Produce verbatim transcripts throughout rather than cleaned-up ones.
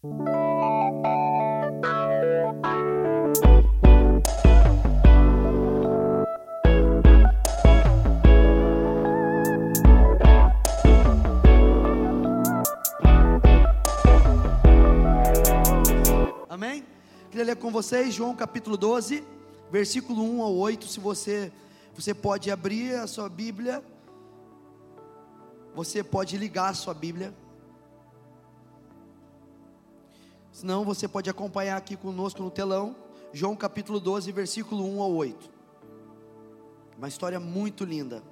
Amém? Queria ler com vocês João capítulo doze, versículo um ao oito. Se você, você pode abrir a sua Bíblia, você pode ligar a sua Bíblia, senão você pode acompanhar aqui conosco no telão. João capítulo doze, versículo um ao oito. Uma história muito linda.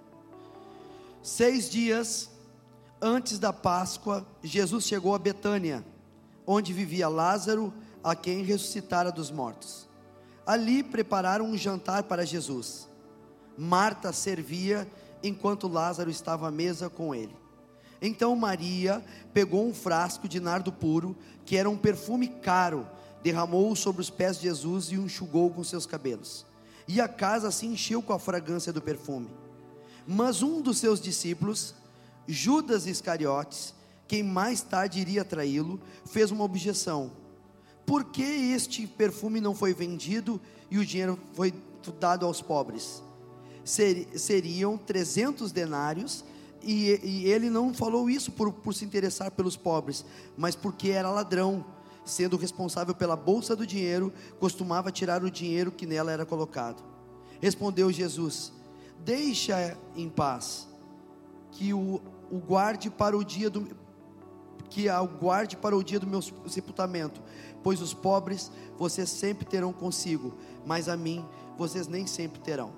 Seis dias antes da Páscoa, Jesus chegou a Betânia, onde vivia Lázaro, a quem ressuscitara dos mortos. Ali prepararam um jantar para Jesus. Marta servia, enquanto Lázaro estava à mesa com ele. Então Maria pegou um frasco de nardo puro, que era um perfume caro, derramou-o sobre os pés de Jesus e o enxugou com seus cabelos. E a casa se encheu com a fragrância do perfume. Mas um dos seus discípulos, Judas Iscariotes, quem mais tarde iria traí-lo, fez uma objeção: por que este perfume não foi vendido e o dinheiro foi dado aos pobres? Ser, seriam trezentos denários, e, e ele não falou isso por, por se interessar pelos pobres, mas porque era ladrão. Sendo responsável pela bolsa do dinheiro, costumava tirar o dinheiro que nela era colocado. Respondeu Jesus: deixa em paz, que o, o guarde para o dia do que a guarde para o dia do meu sepultamento, pois os pobres vocês sempre terão consigo, mas a mim vocês nem sempre terão.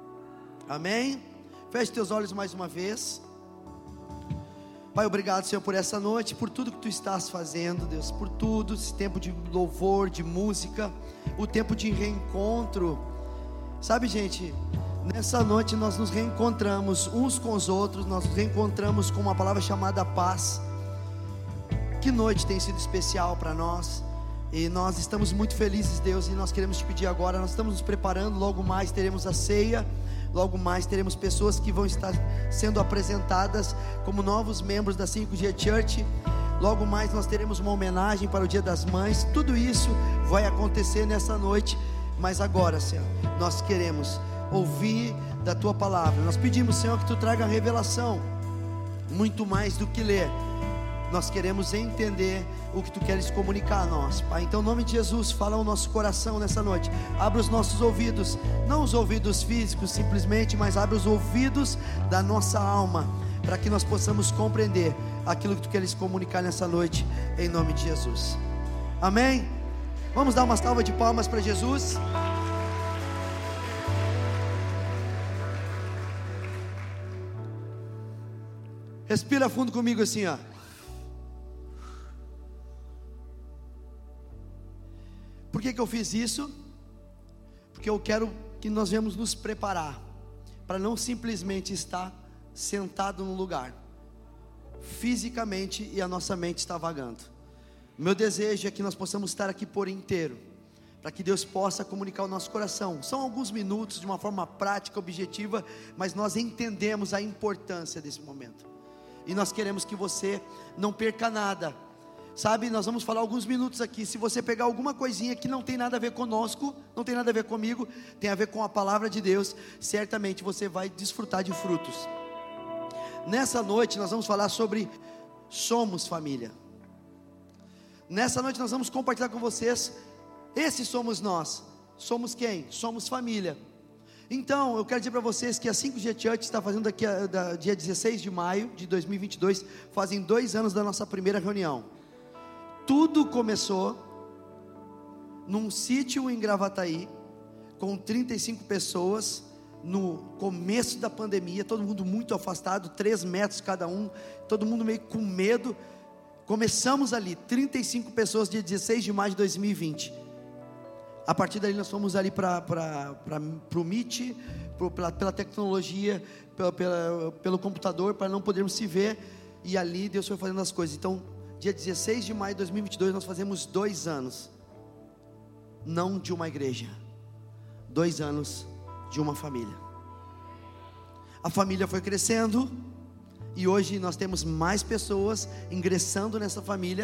Amém? Feche teus olhos mais uma vez. Pai, obrigado, Senhor, por essa noite, por tudo que Tu estás fazendo, Deus, por tudo, esse tempo de louvor, de música, o tempo de reencontro. Sabe, gente, nessa noite nós nos reencontramos uns com os outros, nós nos reencontramos com uma palavra chamada paz. Que noite tem sido especial para nós, e nós estamos muito felizes, Deus, e nós queremos te pedir agora, nós estamos nos preparando, logo mais teremos a ceia, logo mais teremos pessoas que vão estar sendo apresentadas como novos membros da cinco G Church, logo mais nós teremos uma homenagem para o Dia das Mães. Tudo isso vai acontecer nessa noite, mas agora, Senhor, nós queremos ouvir da Tua palavra. Nós pedimos, Senhor, que Tu traga revelação, muito mais do que ler. Nós queremos entender o que Tu queres comunicar a nós, Pai. Então, em nome de Jesus, fala ao nosso coração nessa noite. Abra os nossos ouvidos, não os ouvidos físicos simplesmente, mas abre os ouvidos da nossa alma, para que nós possamos compreender aquilo que Tu queres comunicar nessa noite, em nome de Jesus. Amém? Vamos dar uma salva de palmas para Jesus. Respira fundo comigo assim, ó. Por que que eu fiz isso? Porque eu quero que nós venhamos nos preparar para não simplesmente estar sentado num lugar fisicamente e a nossa mente está vagando. Meu desejo é que nós possamos estar aqui por inteiro, para que Deus possa comunicar o nosso coração. São alguns minutos de uma forma prática, objetiva, mas nós entendemos a importância desse momento, e nós queremos que você não perca nada. Sabe, nós vamos falar alguns minutos aqui. Se você pegar alguma coisinha que não tem nada a ver conosco, não tem nada a ver comigo, tem a ver com a palavra de Deus, certamente você vai desfrutar de frutos. Nessa noite nós vamos falar sobre somos família. Nessa noite nós vamos compartilhar com vocês, esses somos nós. Somos quem? Somos família. Então, eu quero dizer para vocês que a cinco G Church está fazendo aqui, a, da, dia dezesseis de maio de dois mil e vinte e dois, fazem dois anos da nossa primeira reunião. Tudo começou num sítio em Gravataí, com trinta e cinco pessoas, no começo da pandemia, todo mundo muito afastado, três metros cada um, todo mundo meio com medo. Começamos ali, trinta e cinco pessoas, dia dezesseis de maio de dois mil e vinte. A partir dali nós fomos ali para o Meet, pro, pela, pela tecnologia, pela, pela, pelo computador, para não podermos se ver, e ali Deus foi fazendo as coisas. Então, dia dezesseis de maio de dois mil e vinte e dois, nós fazemos dois anos, não de uma igreja, dois anos de uma família. A família foi crescendo, e hoje nós temos mais pessoas ingressando nessa família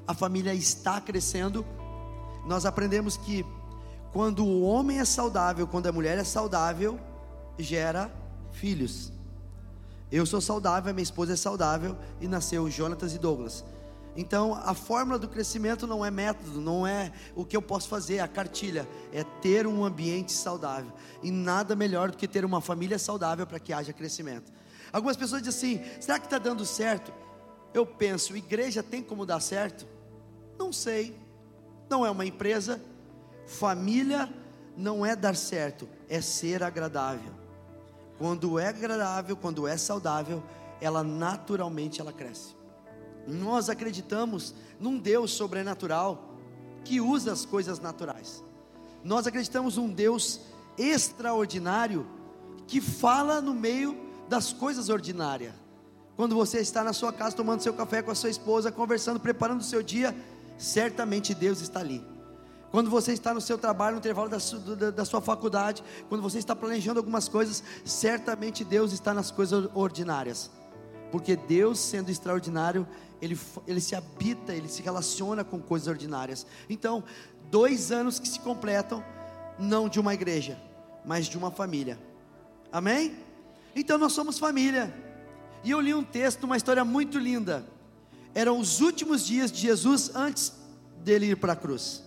a família está crescendo. Nós aprendemos que quando o homem é saudável, quando a mulher é saudável, gera filhos. Eu sou saudável, minha esposa é saudável, e nasceu Jonatas e Douglas. Então a fórmula do crescimento não é método, não é o que eu posso fazer, a cartilha, é ter um ambiente saudável. E nada melhor do que ter uma família saudável para que haja crescimento. Algumas pessoas dizem assim: será que está dando certo? Eu penso, igreja tem como dar certo? Não sei, não é uma empresa. Família não é dar certo, é ser agradável. Quando é agradável, quando é saudável, ela naturalmente ela cresce. Nós acreditamos num Deus sobrenatural que usa as coisas naturais. Nós acreditamos num Deus extraordinário que fala no meio das coisas ordinárias. Quando você está na sua casa tomando seu café com a sua esposa, conversando, preparando o seu dia, certamente Deus está ali. Quando você está no seu trabalho, no intervalo da sua, da, da sua faculdade, quando você está planejando algumas coisas, certamente Deus está nas coisas ordinárias. Porque Deus, sendo extraordinário, Ele, ele se habita, Ele se relaciona com coisas ordinárias. Então, dois anos que se completam, não de uma igreja, mas de uma família. Amém? Então nós somos família. E eu li um texto, uma história muito linda. Eram os últimos dias de Jesus antes dele ir para a cruz.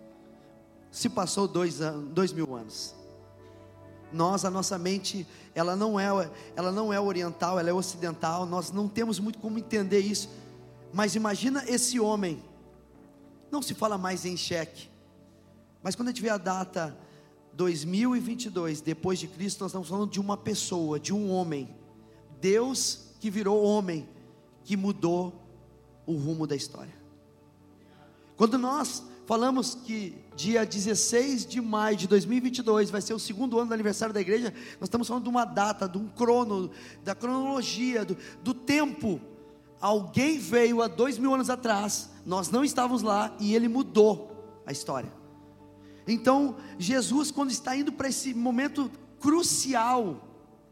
Se passou dois, anos, dois mil anos. Nós, a nossa mente, ela não é, ela não é oriental, ela é ocidental. Nós não temos muito como entender isso. Mas imagina esse homem. Não se fala mais em cheque. Mas quando a gente vê a data dois mil e vinte e dois, depois de Cristo, nós estamos falando de uma pessoa, de um homem. Deus que virou homem, que mudou o rumo da história. Quando nós falamos que dia dezesseis de maio de dois mil e vinte e dois vai ser o segundo ano do aniversário da igreja, nós estamos falando de uma data, de um crono, da cronologia, do, do tempo. Alguém veio há dois mil anos atrás, nós não estávamos lá, e ele mudou a história. Então Jesus, quando está indo para esse momento crucial,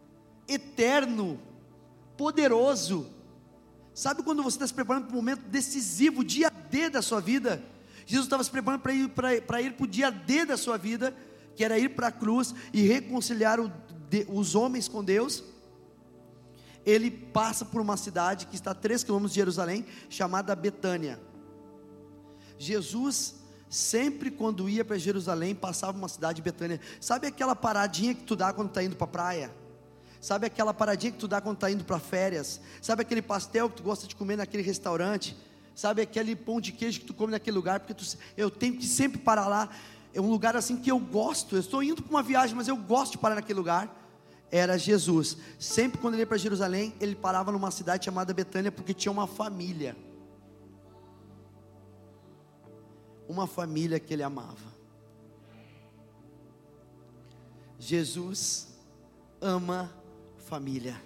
eterno, poderoso, sabe quando você está se preparando para um momento decisivo, dia D da sua vida? Jesus estava se preparando para ir para, para ir para o dia D da sua vida, que era ir para a cruz e reconciliar o, de, os homens com Deus. Ele passa por uma cidade que está a três quilômetros de Jerusalém, chamada Betânia. Jesus, sempre quando ia para Jerusalém, passava uma cidade de Betânia. Sabe aquela paradinha que tu dá quando está indo para a praia? Sabe aquela paradinha que tu dá quando está indo para férias? Sabe aquele pastel que tu gosta de comer naquele restaurante? Sabe aquele pão de queijo que tu come naquele lugar? Porque tu, eu tenho que sempre parar lá. É um lugar assim que eu gosto. Eu estou indo para uma viagem, mas eu gosto de parar naquele lugar. Era Jesus. Sempre quando ele ia para Jerusalém, ele parava numa cidade chamada Betânia, porque tinha uma família. Uma família que ele amava. Jesus ama família.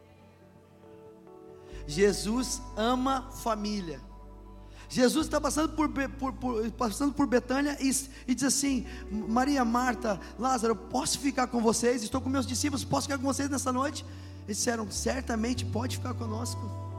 Jesus ama família. Jesus está passando por, por, por, passando por Betânia e, e diz assim: Maria, Marta, Lázaro, posso ficar com vocês? Estou com meus discípulos, posso ficar com vocês nessa noite? Eles disseram: certamente pode ficar conosco.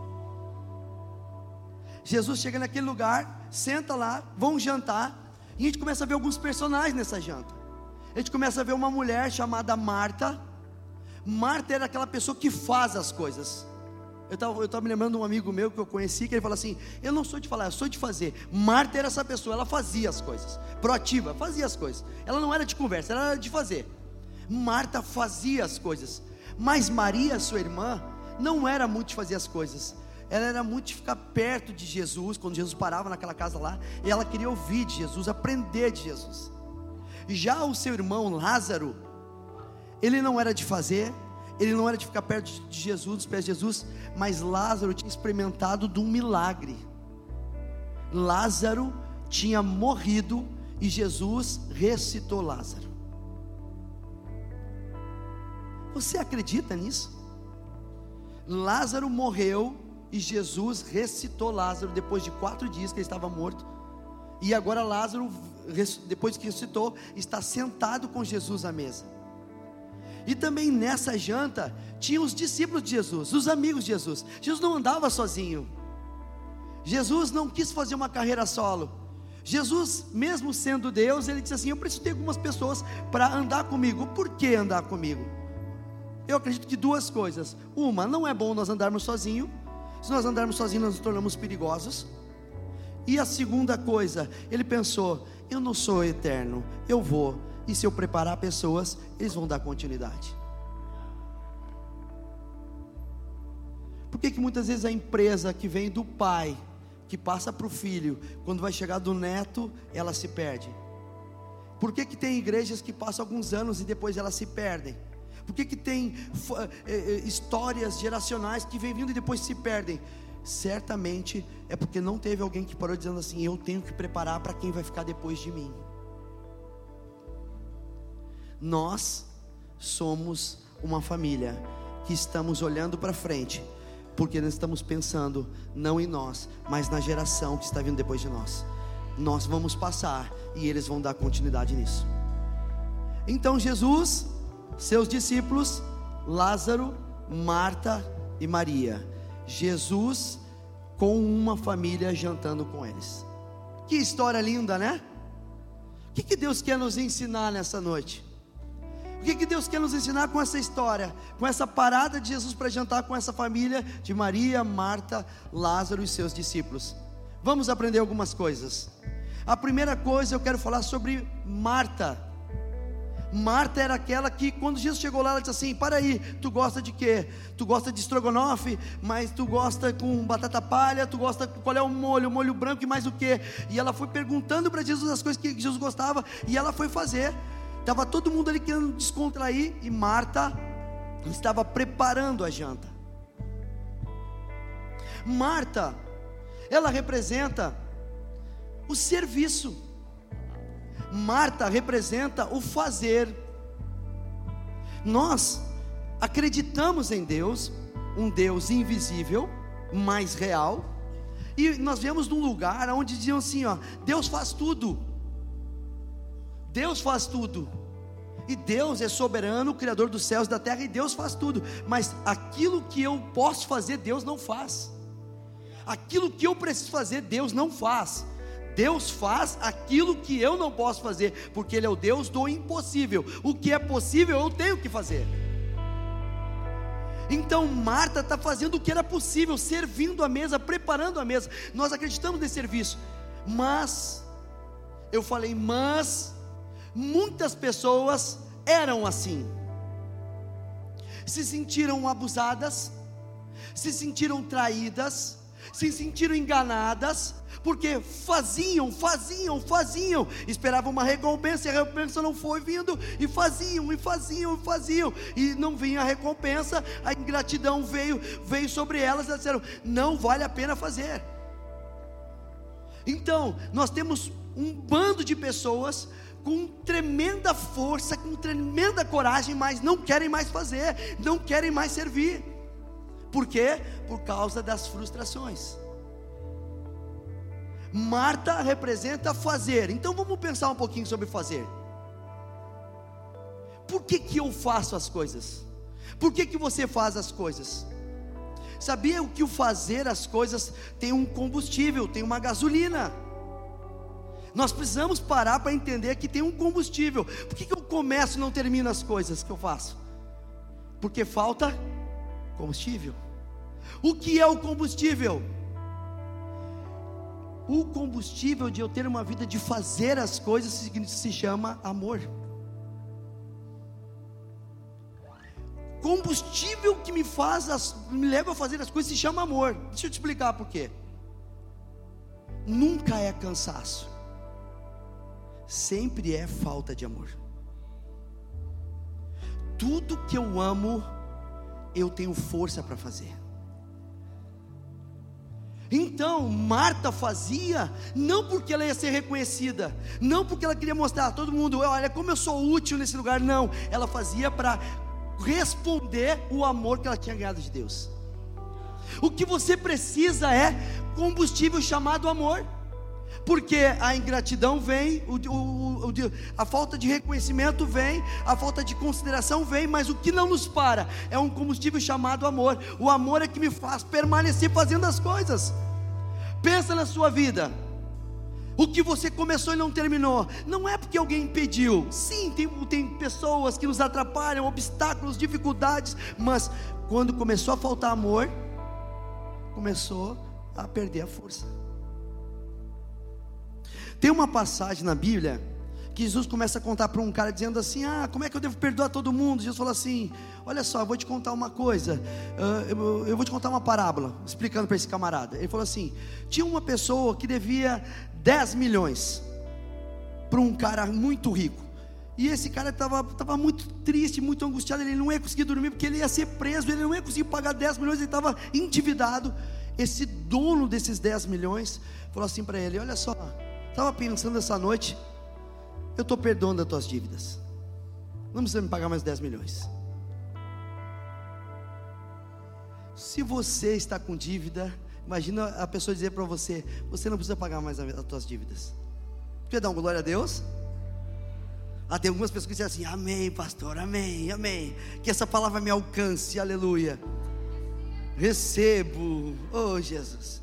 Jesus chega naquele lugar, senta lá, vão jantar, e a gente começa a ver alguns personagens nessa janta. A gente começa a ver uma mulher chamada Marta. Marta era aquela pessoa que faz as coisas. Eu estava eu tava me lembrando de um amigo meu que eu conheci, que ele falou assim: eu não sou de falar, eu sou de fazer. Marta era essa pessoa, ela fazia as coisas, proativa, fazia as coisas. Ela não era de conversa, ela era de fazer. Marta fazia as coisas. Mas Maria, sua irmã, não era muito de fazer as coisas. Ela era muito de ficar perto de Jesus. Quando Jesus parava naquela casa lá, e ela queria ouvir de Jesus, aprender de Jesus. Já o seu irmão Lázaro, ele não era de fazer, ele não era de ficar perto de Jesus, dos pés de Jesus, mas Lázaro tinha experimentado de um milagre. Lázaro tinha morrido e Jesus ressuscitou Lázaro. Você acredita nisso? Lázaro morreu e Jesus ressuscitou Lázaro depois de quatro dias que ele estava morto. E agora Lázaro, depois que ressuscitou, está sentado com Jesus à mesa. E também nessa janta tinha os discípulos de Jesus, os amigos de Jesus. Jesus não andava sozinho. Jesus não quis fazer uma carreira solo. Jesus, mesmo sendo Deus, ele disse assim: eu preciso ter algumas pessoas para andar comigo. Por que andar comigo? Eu acredito que duas coisas. Uma, não é bom nós andarmos sozinhos. Se nós andarmos sozinhos, nós nos tornamos perigosos. E a segunda coisa, ele pensou: eu não sou eterno, eu vou, e se eu preparar pessoas, eles vão dar continuidade. Por que que muitas vezes a empresa que vem do pai, que passa para o filho, quando vai chegar do neto, ela se perde? Por que que tem igrejas que passam alguns anos e depois elas se perdem? Por que que tem eh, histórias geracionais que vêm vindo e depois se perdem? Certamente é porque não teve alguém que parou dizendo assim: eu tenho que preparar para quem vai ficar depois de mim. Nós somos uma família que estamos olhando para frente, porque nós estamos pensando não em nós, mas na geração que está vindo depois de nós. Nós vamos passar e eles vão dar continuidade nisso. Então Jesus, seus discípulos, Lázaro, Marta e Maria. Jesus com uma família jantando com eles. Que história linda, né? O que que Deus quer nos ensinar nessa noite? O que que Deus quer nos ensinar com essa história? Com essa parada de Jesus para jantar com essa família de Maria, Marta, Lázaro e seus discípulos. Vamos aprender algumas coisas. A primeira coisa, eu quero falar sobre Marta. Marta era aquela que, quando Jesus chegou lá, ela disse assim: para aí, tu gosta de quê? Tu gosta de estrogonofe, mas tu gosta com batata palha, tu gosta, qual é o molho? O molho branco e mais o quê? E ela foi perguntando para Jesus as coisas que Jesus gostava, e ela foi fazer. Estava todo mundo ali querendo descontrair, e Marta estava preparando a janta. Marta, ela representa o serviço. Marta representa o fazer. Nós acreditamos em Deus, um Deus invisível, mas real. E nós viemos num lugar onde diziam assim, ó: Deus faz tudo. Deus faz tudo. E Deus é soberano, Criador dos céus e da terra, e Deus faz tudo. Mas aquilo que eu posso fazer, Deus não faz. Aquilo que eu preciso fazer, Deus não faz. Deus faz aquilo que eu não posso fazer, porque Ele é o Deus do impossível. O que é possível eu tenho que fazer. Então Marta está fazendo o que era possível, servindo a mesa, preparando a mesa. Nós acreditamos nesse serviço. Mas, eu falei mas, muitas pessoas eram assim. Se sentiram abusadas, se sentiram traídas, se sentiram enganadas, porque faziam, faziam, faziam, esperavam uma recompensa, e a recompensa não foi vindo, e faziam, e faziam, e faziam, e não vinha a recompensa, a ingratidão veio, veio sobre elas, e elas disseram: não vale a pena fazer. Então, nós temos um bando de pessoas com tremenda força, com tremenda coragem, mas não querem mais fazer, não querem mais servir. Por quê? Por causa das frustrações. Marta representa fazer. Então vamos pensar um pouquinho sobre fazer. Por que que eu faço as coisas? Por que que você faz as coisas? Sabia que o fazer as coisas tem um combustível, tem uma gasolina? Nós precisamos parar para entender que tem um combustível. Por que que eu começo e não termino as coisas que eu faço? Porque falta combustível. O que é o combustível? O combustível de eu ter uma vida de fazer as coisas se chama amor. Combustível que me faz, as, me leva a fazer as coisas se chama amor. Deixa eu te explicar por quê. Nunca é cansaço, sempre é falta de amor. Tudo que eu amo, eu tenho força para fazer. Então Marta fazia, não porque ela ia ser reconhecida, não porque ela queria mostrar a todo mundo: olha como eu sou útil nesse lugar. Não, ela fazia para responder o amor que ela tinha ganhado de Deus. O que você precisa é combustível chamado amor. Porque a ingratidão vem, o, o, o, a falta de reconhecimento vem, a falta de consideração vem, mas o que não nos para é um combustível chamado amor. O amor é que me faz permanecer fazendo as coisas. Pensa na sua vida. O que você começou e não terminou, não é porque alguém impediu. Sim, tem, tem pessoas que nos atrapalham, obstáculos, dificuldades, mas quando começou a faltar amor, começou a perder a força. Tem uma passagem na Bíblia que Jesus começa a contar para um cara dizendo assim: ah, como é que eu devo perdoar todo mundo? Jesus falou assim: olha só, eu vou te contar uma coisa, uh, eu, eu vou te contar uma parábola, explicando para esse camarada. Ele falou assim: tinha uma pessoa que devia dez milhões para um cara muito rico, e esse cara estava tava muito triste, muito angustiado, ele não ia conseguir dormir, porque ele ia ser preso, ele não ia conseguir pagar dez milhões, ele estava endividado. Esse dono desses dez milhões falou assim para ele: olha só, estava pensando essa noite, eu estou perdoando as tuas dívidas, não precisa me pagar mais dez milhões. Se você está com dívida, imagina a pessoa dizer para você: você não precisa pagar mais as tuas dívidas. Quer dar uma glória a Deus? Ah, tem algumas pessoas que dizem assim: amém, pastor, amém, amém, que essa palavra me alcance, aleluia, recebo, oh Jesus.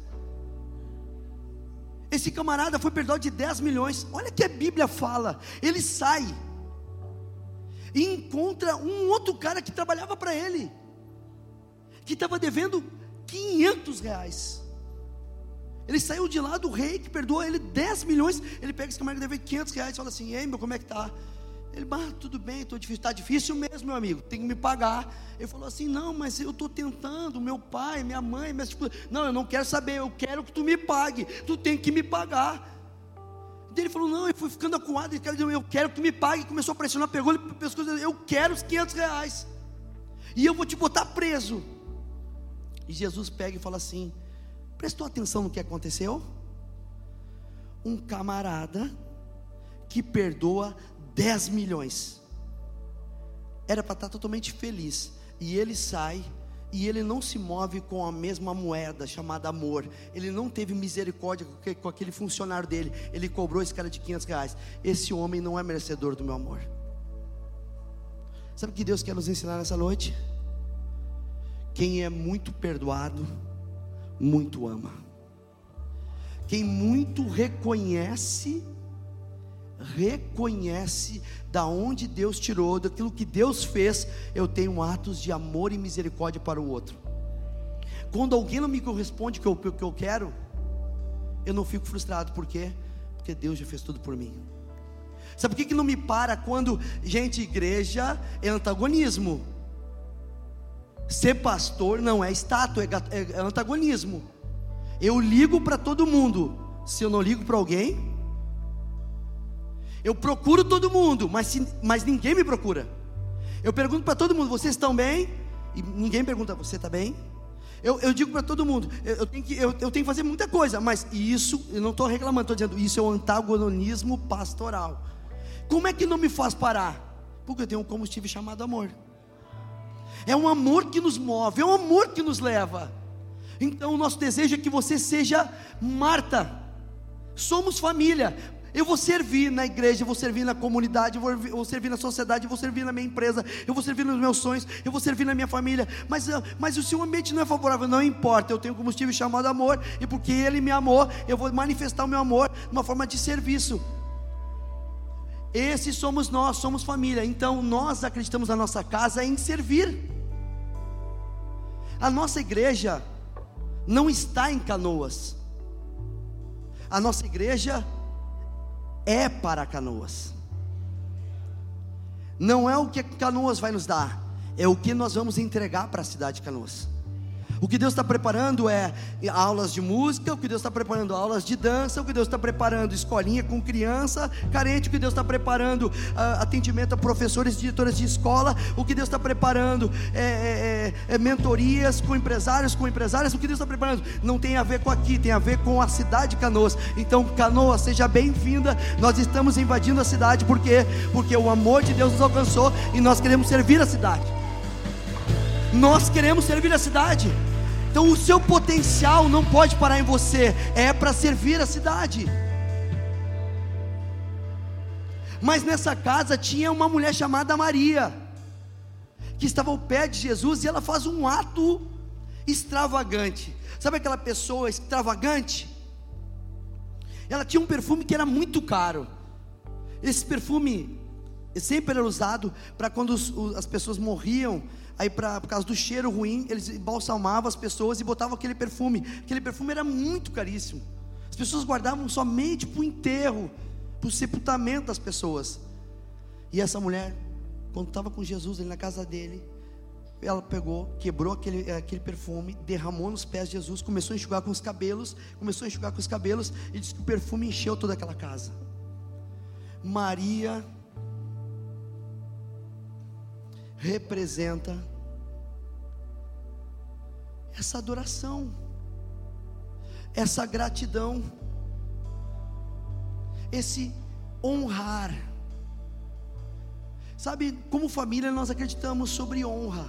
Esse camarada foi perdoado de dez milhões. Olha que a Bíblia fala. Ele sai e encontra um outro cara que trabalhava para ele, que estava devendo quinhentos reais. Ele saiu de lá do rei que perdoou ele dez milhões. Ele pega esse camarada que deve quinhentos reais e fala assim: ei meu, como é que tá? Ele: ah, tudo bem, estou difícil. Está difícil mesmo, meu amigo, tem que me pagar. Ele falou assim: não, mas eu estou tentando, meu pai, minha mãe, minhas... não, eu não quero saber, eu quero que tu me pague, tu tem que me pagar. Ele falou: não, ele foi ficando acuado, ele disse: eu quero que tu me pague. Começou a pressionar, pegou ele para o pescoço, eu quero os quinhentos reais, e eu vou te botar preso. E Jesus pega e fala assim: prestou atenção no que aconteceu? Um camarada que perdoa dez milhões, era para estar totalmente feliz, e ele sai, e ele não se move com a mesma moeda chamada amor. Ele não teve misericórdia com aquele funcionário dele, ele cobrou esse cara de quinhentos reais. Esse homem não é merecedor do meu amor. Sabe o que Deus quer nos ensinar nessa noite? Quem é muito perdoado, muito ama. Quem muito reconhece, reconhece da onde Deus tirou, daquilo que Deus fez. Eu tenho atos de amor e misericórdia para o outro. Quando alguém não me corresponde o que, que eu quero, eu não fico frustrado. Por quê? Porque Deus já fez tudo por mim. Sabe por que, que não me para quando, gente, igreja é antagonismo. Ser pastor não é status, é, é antagonismo. Eu ligo para todo mundo, se eu não ligo para alguém. Eu procuro todo mundo, mas, se, mas ninguém me procura. Eu pergunto para todo mundo: vocês estão bem? E ninguém pergunta: você está bem? Eu, eu digo para todo mundo: eu, eu, tenho que, eu, eu tenho que fazer muita coisa, mas isso, eu não estou reclamando, estou dizendo, isso é o antagonismo pastoral. Como é que não me faz parar? Porque eu tenho um combustível chamado amor. É um amor que nos move, é um amor que nos leva. Então o nosso desejo é que você seja Marta. Somos família. Eu vou servir na igreja, eu vou servir na comunidade, eu vou, eu vou servir na sociedade, eu vou servir na minha empresa, eu vou servir nos meus sonhos, eu vou servir na minha família. Mas, mas o seu ambiente não é favorável, não importa. Eu tenho um combustível chamado amor, e porque Ele me amou, eu vou manifestar o meu amor de uma forma de serviço. Esse somos nós, somos família. Então nós acreditamos na nossa casa em servir. A nossa igreja não está em Canoas. A nossa igreja é para Canoas. Não é o que Canoas vai nos dar, é o que nós vamos entregar para a cidade de Canoas. O que Deus está preparando é aulas de música, o que Deus está preparando aulas de dança, o que Deus está preparando escolinha com criança carente, o que Deus está preparando uh, atendimento a professores e diretoras de escola, o que Deus está preparando é, é, é mentorias com empresários, com empresárias. O que Deus está preparando não tem a ver com aqui, tem a ver com a cidade de Canoas. Então Canoas, seja bem-vinda. Nós estamos invadindo a cidade, por quê? Porque o amor de Deus nos alcançou e nós queremos servir a cidade. Nós queremos servir a cidade. Então o seu potencial não pode parar em você, é para servir a cidade. Mas nessa casa tinha uma mulher chamada Maria, que estava ao pé de Jesus, e ela faz um ato extravagante. Sabe aquela pessoa extravagante? ela tinha um perfume que era muito caro. Esse perfume sempre era usado para quando os, os, as pessoas morriam, aí pra, por causa do cheiro ruim, eles embalsamavam as pessoas e botavam aquele perfume. Aquele perfume era muito caríssimo. As pessoas guardavam somente para o enterro, para o sepultamento das pessoas. E essa mulher, quando estava com Jesus ali na casa dele, ela pegou, quebrou aquele, aquele perfume, derramou nos pés de Jesus, começou a enxugar com os cabelos, começou a enxugar com os cabelos, e disse que o perfume encheu toda aquela casa. Maria representa essa adoração, essa gratidão, esse honrar. Sabe, como família nós acreditamos sobre honra.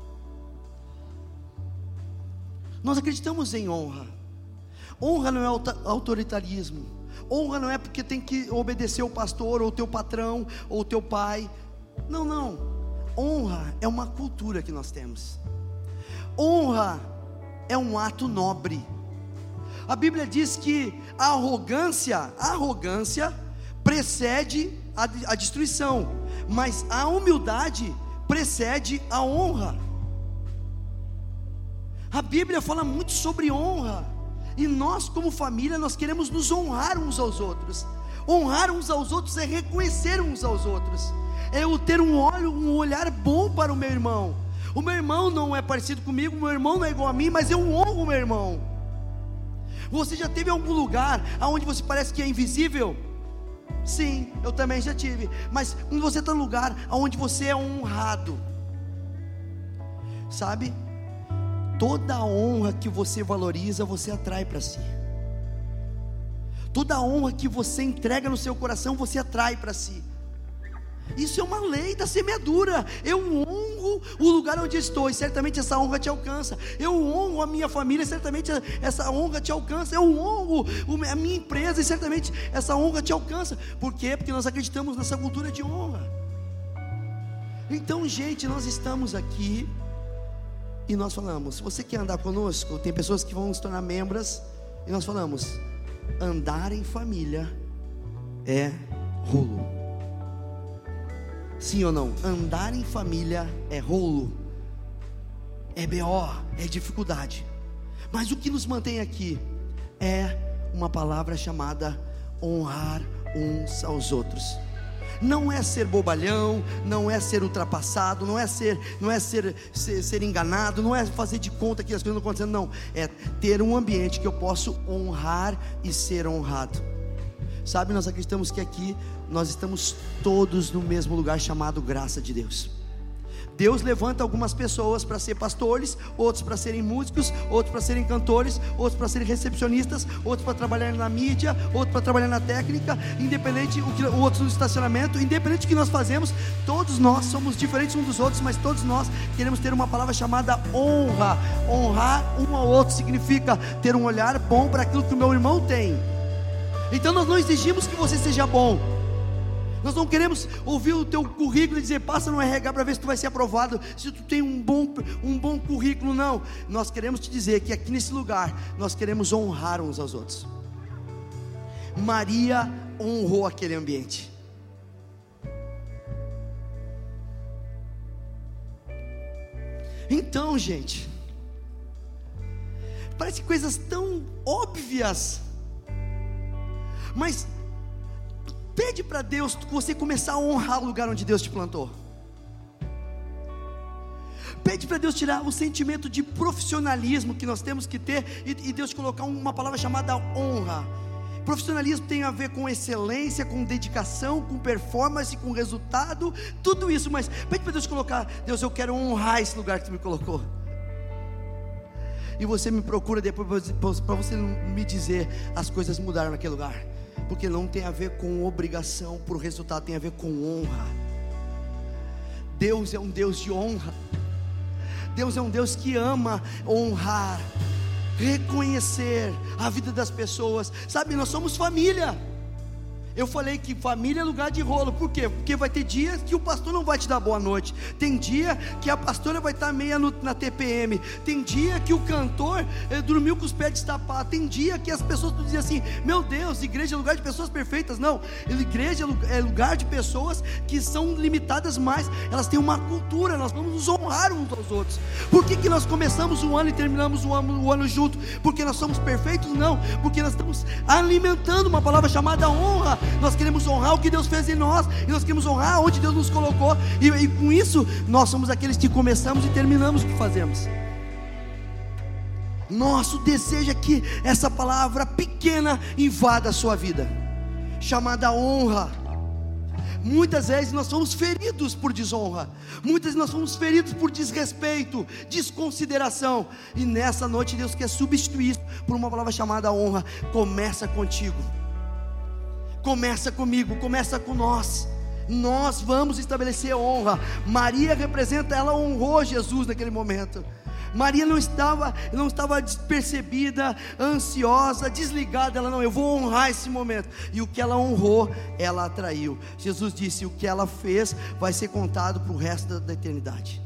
Nós acreditamos em honra. Honra não é autoritarismo. Honra não é porque tem que obedecer o pastor, ou o teu patrão, ou o teu pai. Não, não. Honra é uma cultura que nós temos. Honra é um ato nobre. A Bíblia diz que a arrogância, a arrogância precede a, a destruição, mas a humildade precede a honra. A Bíblia fala muito sobre honra, e nós como família, nós queremos nos honrar uns aos outros. Honrar uns aos outros é reconhecer uns aos outros, é eu ter um olho, um olhar bom para o meu irmão. O meu irmão não é parecido comigo, o meu irmão não é igual a mim, mas eu honro o meu irmão. Você já teve algum lugar onde você parece que é invisível? Sim, eu também já tive. Mas quando você está no lugar onde você é honrado, sabe, toda a honra que você valoriza, você atrai para si. Toda a honra que você entrega no seu coração, você atrai para si. Isso é uma lei da semeadura. Eu honro o lugar onde estou, e certamente essa honra te alcança. Eu honro a minha família, e certamente essa honra te alcança. Eu honro a minha empresa, e certamente essa honra te alcança. Por quê? Porque nós acreditamos nessa cultura de honra. Então, gente, nós estamos aqui e nós falamos, se você quer andar conosco, tem pessoas que vão se tornar membros, e nós falamos, andar em família é rolo. Sim ou não? Andar em família é rolo, é B O, é dificuldade. Mas o que nos mantém aqui é uma palavra chamada honrar uns aos outros. Não é ser bobalhão, não é ser ultrapassado, não é ser, não é ser, ser, ser enganado, não é fazer de conta que as coisas não estão acontecendo, não. É ter um ambiente que eu posso honrar e ser honrado. Sabe, nós acreditamos que aqui nós estamos todos no mesmo lugar chamado graça de Deus. Deus levanta algumas pessoas para ser pastores, outros para serem músicos, outros para serem cantores, outros para serem recepcionistas, outros para trabalhar na mídia, outros para trabalhar na técnica, independente, outros no estacionamento, independente do que nós fazemos, todos nós somos diferentes uns dos outros, mas todos nós queremos ter uma palavra chamada honra. Honrar um ao outro significa ter um olhar bom para aquilo que o meu irmão tem. Então nós não exigimos que você seja bom. Nós não queremos ouvir o teu currículo e dizer, passa no R H para ver se tu vai ser aprovado, se tu tem um bom, um bom currículo. Não, nós queremos te dizer que aqui nesse lugar nós queremos honrar uns aos outros. Maria honrou aquele ambiente. Então, gente, parece coisas tão óbvias, mas pede para Deus que você começar a honrar o lugar onde Deus te plantou. Pede para Deus tirar o sentimento de profissionalismo que nós temos que ter, e, e Deus colocar uma palavra chamada honra. Profissionalismo tem a ver com excelência, com dedicação, com performance, com resultado, tudo isso. Mas pede para Deus colocar, Deus, eu quero honrar esse lugar que tu me colocou. E você me procura depois para você me dizer, as coisas mudaram naquele lugar. Porque não tem a ver com obrigação por resultado, tem a ver com honra. Deus é um Deus de honra. Deus é um Deus que ama honrar, reconhecer a vida das pessoas. Sabe, nós somos família. Eu falei que família é lugar de rolo. Por quê? Porque vai ter dias que o pastor não vai te dar boa noite. Tem dia que a pastora vai estar meia no, na T P M. Tem dia que o cantor eh, dormiu com os pés destapados. Tem dia que as pessoas dizem assim: meu Deus, igreja é lugar de pessoas perfeitas. Não, igreja é lugar de pessoas que são limitadas, mas elas têm uma cultura. Nós vamos nos honrar uns aos outros. Por que que nós começamos o ano e terminamos o ano, o ano junto? Porque nós somos perfeitos? Não, porque nós estamos alimentando uma palavra chamada honra. Nós queremos honrar o que Deus fez em nós, e nós queremos honrar onde Deus nos colocou, e, e com isso, nós somos aqueles que começamos e terminamos o que fazemos. Nosso desejo é que essa palavra pequena invada a sua vida, chamada honra. Muitas vezes nós somos feridos por desonra, muitas vezes nós somos feridos por desrespeito, desconsideração, e nessa noite Deus quer substituir isso por uma palavra chamada honra. Começa contigo, começa comigo, começa com nós. Nós vamos estabelecer honra. Maria representa, ela honrou Jesus naquele momento. Maria não estava, não estava despercebida, ansiosa, desligada. Ela não, eu vou honrar esse momento. E o que ela honrou, ela atraiu. Jesus disse: o que ela fez vai ser contado para o resto da, da eternidade.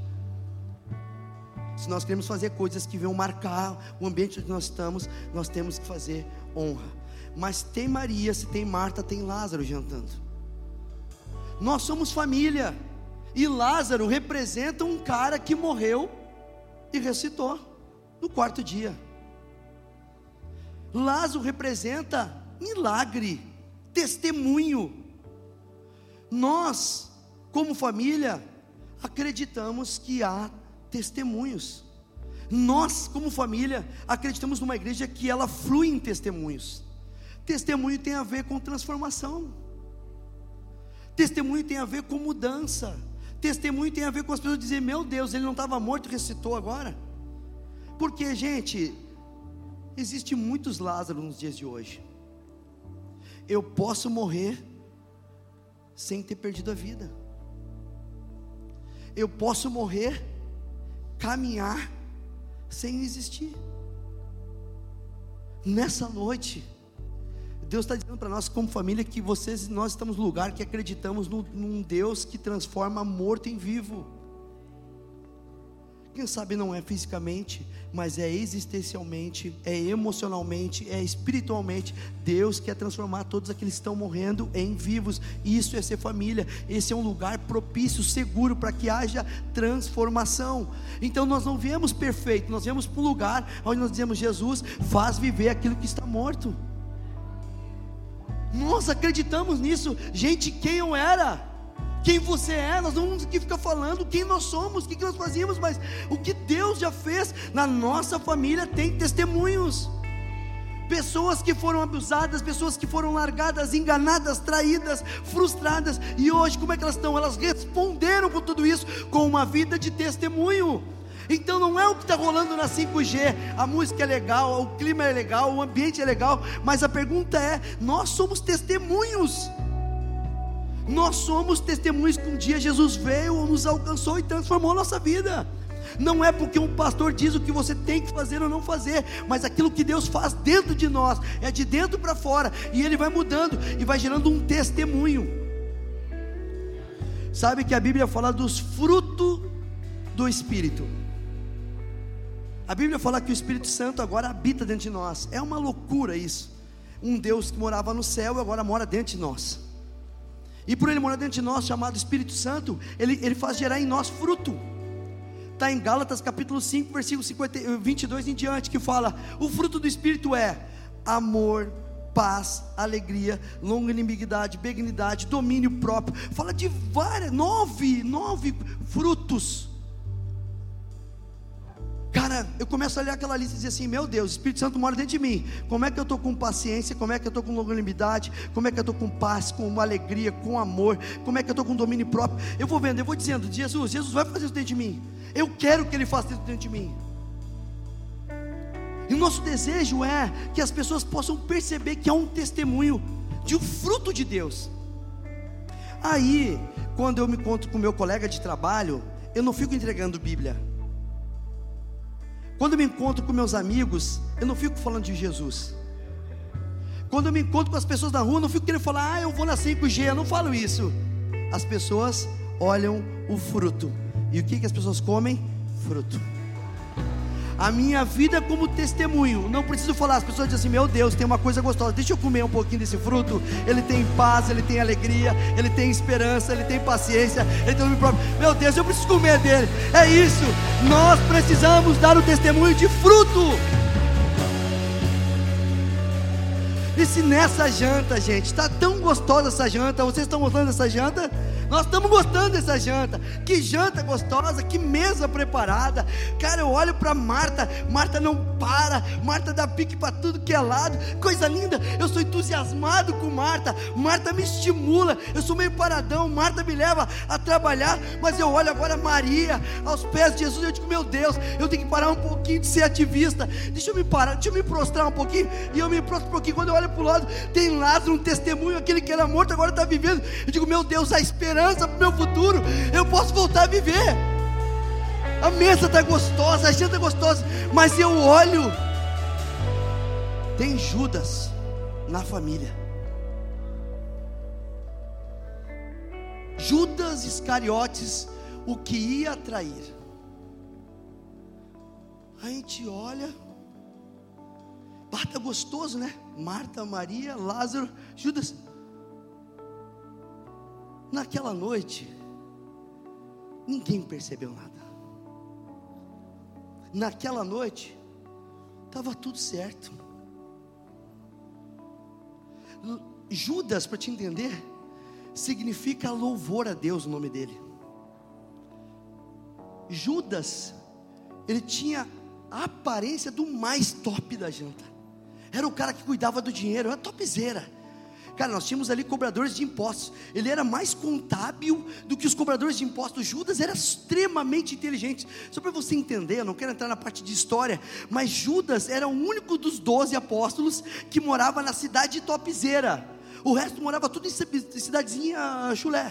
Se nós queremos fazer coisas que venham marcar o ambiente onde nós estamos, nós temos que fazer honra. Mas tem Maria, se tem Marta, tem Lázaro jantando. Nós somos família. E Lázaro representa um cara que morreu e ressuscitou no quarto dia. Lázaro representa milagre, testemunho. Nós, como família, acreditamos que há testemunhos. Nós, como família, acreditamos numa igreja que ela flui em testemunhos. Testemunho tem a ver com transformação. Testemunho tem a ver com mudança. Testemunho tem a ver com as pessoas dizerem: meu Deus, ele não estava morto e ressuscitou agora. Porque, gente, existe muitos Lázaros nos dias de hoje. Eu posso morrer sem ter perdido a vida. Eu posso morrer, caminhar sem existir. Nessa noite, Deus está dizendo para nós como família que vocês, nós estamos no lugar que acreditamos no, num Deus que transforma morto em vivo. Quem sabe não é fisicamente, mas é existencialmente, é emocionalmente, é espiritualmente. Deus quer transformar todos aqueles que estão morrendo em vivos. Isso é ser família. Esse é um lugar propício, seguro para que haja transformação. Então nós não viemos perfeito, nós viemos para um lugar onde nós dizemos: Jesus, faz viver aquilo que está morto. Nós acreditamos nisso. Gente, quem eu era, quem você é, nós não vamos aqui ficar falando quem nós somos, o que, que nós fazíamos, mas o que Deus já fez na nossa família tem testemunhos. Pessoas que foram abusadas, pessoas que foram largadas, enganadas, traídas, frustradas, e hoje como é que elas estão? Elas responderam por tudo isso com uma vida de testemunho. Então não é o que está rolando na cinco G, a música é legal, o clima é legal, o ambiente é legal, mas a pergunta é: nós somos testemunhos. Nós somos testemunhos que um dia Jesus veio, nos alcançou e transformou a nossa vida. Não é porque um pastor diz o que você tem que fazer ou não fazer, mas aquilo que Deus faz dentro de nós, é de dentro para fora, e Ele vai mudando e vai gerando um testemunho. Sabe que a Bíblia fala dos frutos do Espírito. A Bíblia fala que o Espírito Santo agora habita dentro de nós. É uma loucura isso. Um Deus que morava no céu e agora mora dentro de nós. E por Ele morar dentro de nós, chamado Espírito Santo, Ele, ele faz gerar em nós fruto. Está em Gálatas capítulo cinco, versículo cinquenta, vinte e dois em diante, que fala: o fruto do Espírito é amor, paz, alegria, longanimidade, benignidade, domínio próprio. Fala de várias, nove, nove frutos. Cara, eu começo a olhar aquela lista e dizer assim: meu Deus, o Espírito Santo mora dentro de mim. Como é que eu estou com paciência? Como é que eu estou com longanimidade? Como é que eu estou com paz, com alegria, com amor? Como é que eu estou com domínio próprio? Eu vou vendo, eu vou dizendo: Jesus, Jesus vai fazer isso dentro de mim. Eu quero que Ele faça isso dentro de mim. E o nosso desejo é que as pessoas possam perceber que há um testemunho de um fruto de Deus. Aí, quando eu me encontro com meu colega de trabalho, eu não fico entregando Bíblia. Quando eu me encontro com meus amigos, eu não fico falando de Jesus. Quando eu me encontro com as pessoas na rua, eu não fico querendo falar, ah, eu vou na cinco G, eu não falo isso. As pessoas olham o fruto. E o que, que as pessoas comem? Fruto. A minha vida como testemunho, não preciso falar, as pessoas dizem assim, meu Deus, tem uma coisa gostosa, deixa eu comer um pouquinho desse fruto. Ele tem paz, ele tem alegria, ele tem esperança, ele tem paciência, ele tem o próprio. Meu Deus, eu preciso comer dele. É isso, nós precisamos dar o testemunho de fruto. E se nessa janta, gente, está tão gostosa essa janta, vocês estão gostando dessa janta? Nós estamos gostando dessa janta. Que janta gostosa, que mesa preparada. Cara, eu olho para Marta, Marta não para, Marta dá pique para tudo que é lado. Coisa linda, eu sou entusiasmado com Marta. Marta me estimula, eu sou meio paradão, Marta me leva a trabalhar. Mas eu olho agora Maria aos pés de Jesus, eu digo, meu Deus, eu tenho que parar um pouquinho de ser ativista. Deixa eu me parar, deixa eu me prostrar um pouquinho. E eu me prostro um pouquinho, quando eu olho para o lado, tem Lázaro, um testemunho, aquele que era morto agora está vivendo. Eu digo, meu Deus, a esperança para o meu futuro, eu posso voltar a viver. A mesa está gostosa, a janta é gostosa, mas eu olho, tem Judas na família. Judas Iscariotes, o que ia trair. A gente olha, está gostoso, né? Marta, Maria, Lázaro, Judas. Naquela noite, ninguém percebeu nada. Naquela noite, estava tudo certo. Judas, para te entender, significa louvor a Deus, o nome dele. Judas, ele tinha a aparência do mais top da janta. Era o cara que cuidava do dinheiro, era topzera. Cara, nós tínhamos ali cobradores de impostos. Ele era mais contábil do que os cobradores de impostos. Judas era extremamente inteligente. Só para você entender, eu não quero entrar na parte de história, mas Judas era o único dos doze apóstolos que morava na cidade de topzera. O resto morava tudo em cidadezinha chulé.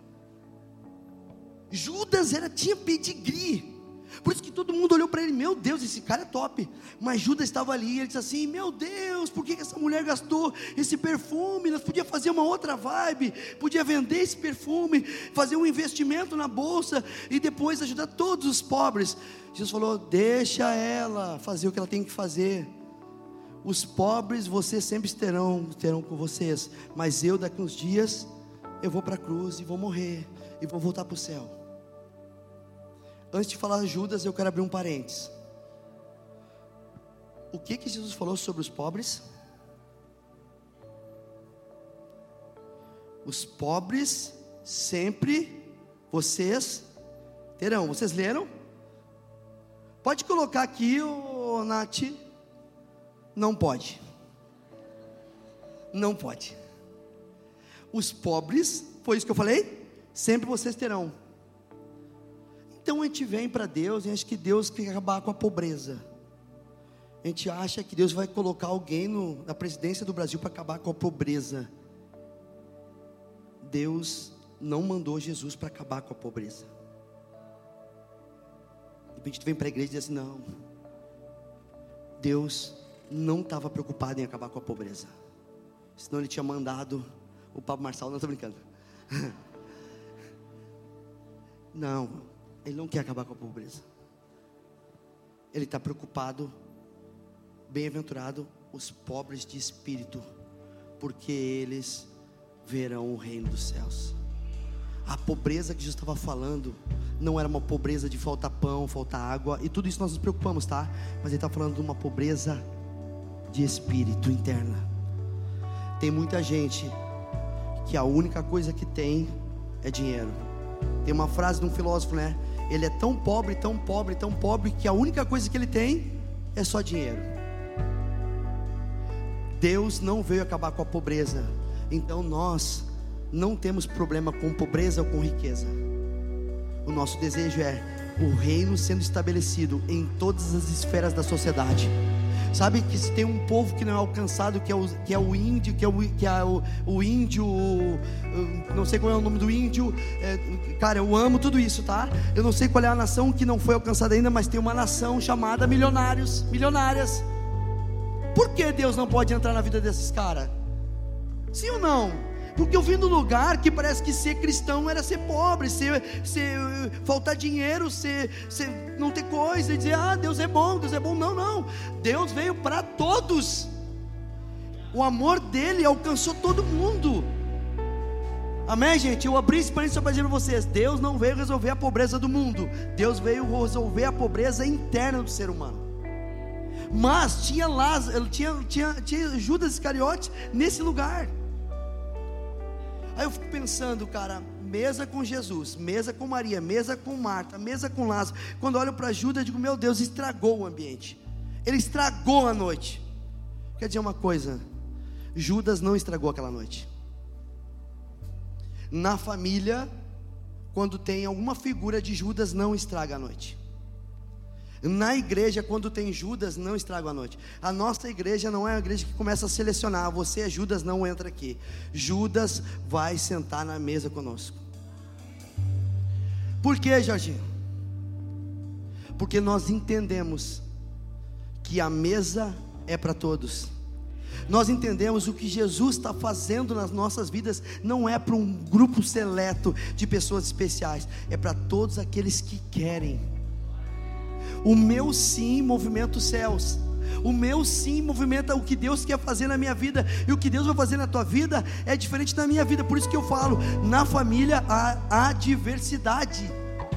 Judas era, tinha pedigree. Por isso que todo mundo olhou para ele, meu Deus, esse cara é top. Mas Judas estava ali, ele disse assim, meu Deus, por que essa mulher gastou esse perfume? Nós podíamos fazer uma outra vibe, podia vender esse perfume, fazer um investimento na bolsa e depois ajudar todos os pobres. Jesus falou, deixa ela fazer o que ela tem que fazer. Os pobres vocês sempre terão, terão com vocês, mas eu daqui uns dias, eu vou para a cruz e vou morrer, e vou voltar para o céu. Antes de falar Judas, eu quero abrir um parênteses. O que que Jesus falou sobre os pobres? Os pobres sempre vocês terão. Vocês leram? Pode colocar aqui, ô Nath. Não pode. Não pode. Os pobres, foi isso que eu falei? Sempre vocês terão. Então a gente vem para Deus e acha que Deus quer acabar com a pobreza. A gente acha que Deus vai colocar alguém no, na presidência do Brasil para acabar com a pobreza. Deus não mandou Jesus para acabar com a pobreza. De repente tu vem para a igreja e diz assim, não, Deus não estava preocupado em acabar com a pobreza, senão Ele tinha mandado o Pablo Marçal. Não, estou brincando. Não, Ele não quer acabar com a pobreza. Ele está preocupado, bem-aventurado os pobres de espírito, porque eles verão o reino dos céus. A pobreza que Jesus estava falando não era uma pobreza de faltar pão, faltar água, e tudo isso nós nos preocupamos, tá? Mas Ele está falando de uma pobreza de espírito interna. Tem muita gente que a única coisa que tem é dinheiro. Tem uma frase de um filósofo, né? Ele é tão pobre, tão pobre, tão pobre, que a única coisa que ele tem é só dinheiro. Deus não veio acabar com a pobreza. Então nós não temos problema com pobreza ou com riqueza. O nosso desejo é o reino sendo estabelecido em todas as esferas da sociedade. Sabe que se tem um povo que não é alcançado, que é o, que é o índio, que é, o, que é o, o índio, o, não sei qual é o nome do índio, é, cara, eu amo tudo isso, tá? Eu não sei qual é a nação que não foi alcançada ainda, mas tem uma nação chamada milionários, milionárias. Por que Deus não pode entrar na vida desses caras? Sim ou não? Porque eu vim de um lugar que parece que ser cristão era ser pobre, ser, ser faltar dinheiro, ser, ser, não ter coisa, e dizer, ah, Deus é bom, Deus é bom. Não, não, Deus veio para todos. O amor dele alcançou todo mundo. Amém, gente? Eu abri esse parênteses só para dizer para vocês: Deus não veio resolver a pobreza do mundo, Deus veio resolver a pobreza interna do ser humano. Mas tinha Lázaro, tinha, tinha, tinha Judas Iscariotes nesse lugar. Aí eu fico pensando, cara, mesa com Jesus, mesa com Maria, mesa com Marta, mesa com Lázaro. Quando eu olho para Judas, eu digo, meu Deus, estragou o ambiente, ele estragou a noite. Quer dizer uma coisa, Judas não estragou aquela noite. Na família, quando tem alguma figura de Judas, não estraga a noite. Na igreja, quando tem Judas, não estraga a noite. A nossa igreja não é uma igreja que começa a selecionar, você é Judas, não entra aqui. Judas vai sentar na mesa conosco. Por quê, Jorginho? Porque nós entendemos que a mesa é para todos. Nós entendemos o que Jesus está fazendo nas nossas vidas não é para um grupo seleto de pessoas especiais, é para todos aqueles que querem. O meu sim movimenta os céus, o meu sim movimenta o que Deus quer fazer na minha vida, e o que Deus vai fazer na tua vida é diferente da minha vida. Por isso que eu falo, na família há, há diversidade.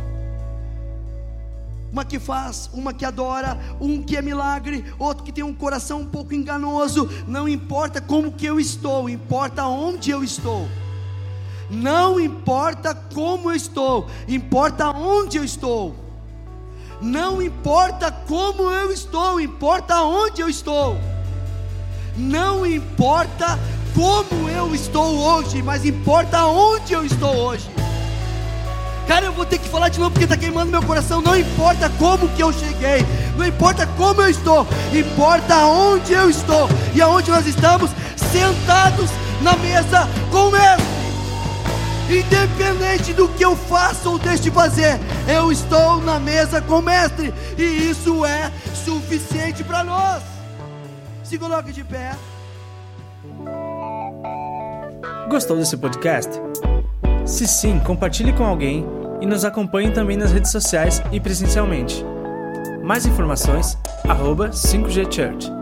Uma que faz, uma que adora, um que é milagre, outro que tem um coração um pouco enganoso. Não importa como que eu estou, importa onde eu estou. Não importa como eu estou, importa onde eu estou. Não importa como eu estou, importa onde eu estou. Não importa como eu estou hoje, mas importa onde eu estou hoje. Cara, eu vou ter que falar de novo porque está queimando meu coração. Não importa como que eu cheguei, não importa como eu estou, importa onde eu estou. E aonde nós estamos? Sentados na mesa com o Mestre. Independente do que eu faça ou deixe de fazer, eu estou na mesa com o Mestre, e isso é suficiente para nós. Se coloque de pé. Gostou desse podcast? Se sim, compartilhe com alguém e nos acompanhe também nas redes sociais e presencialmente. Mais informações, arroba cinco G Church.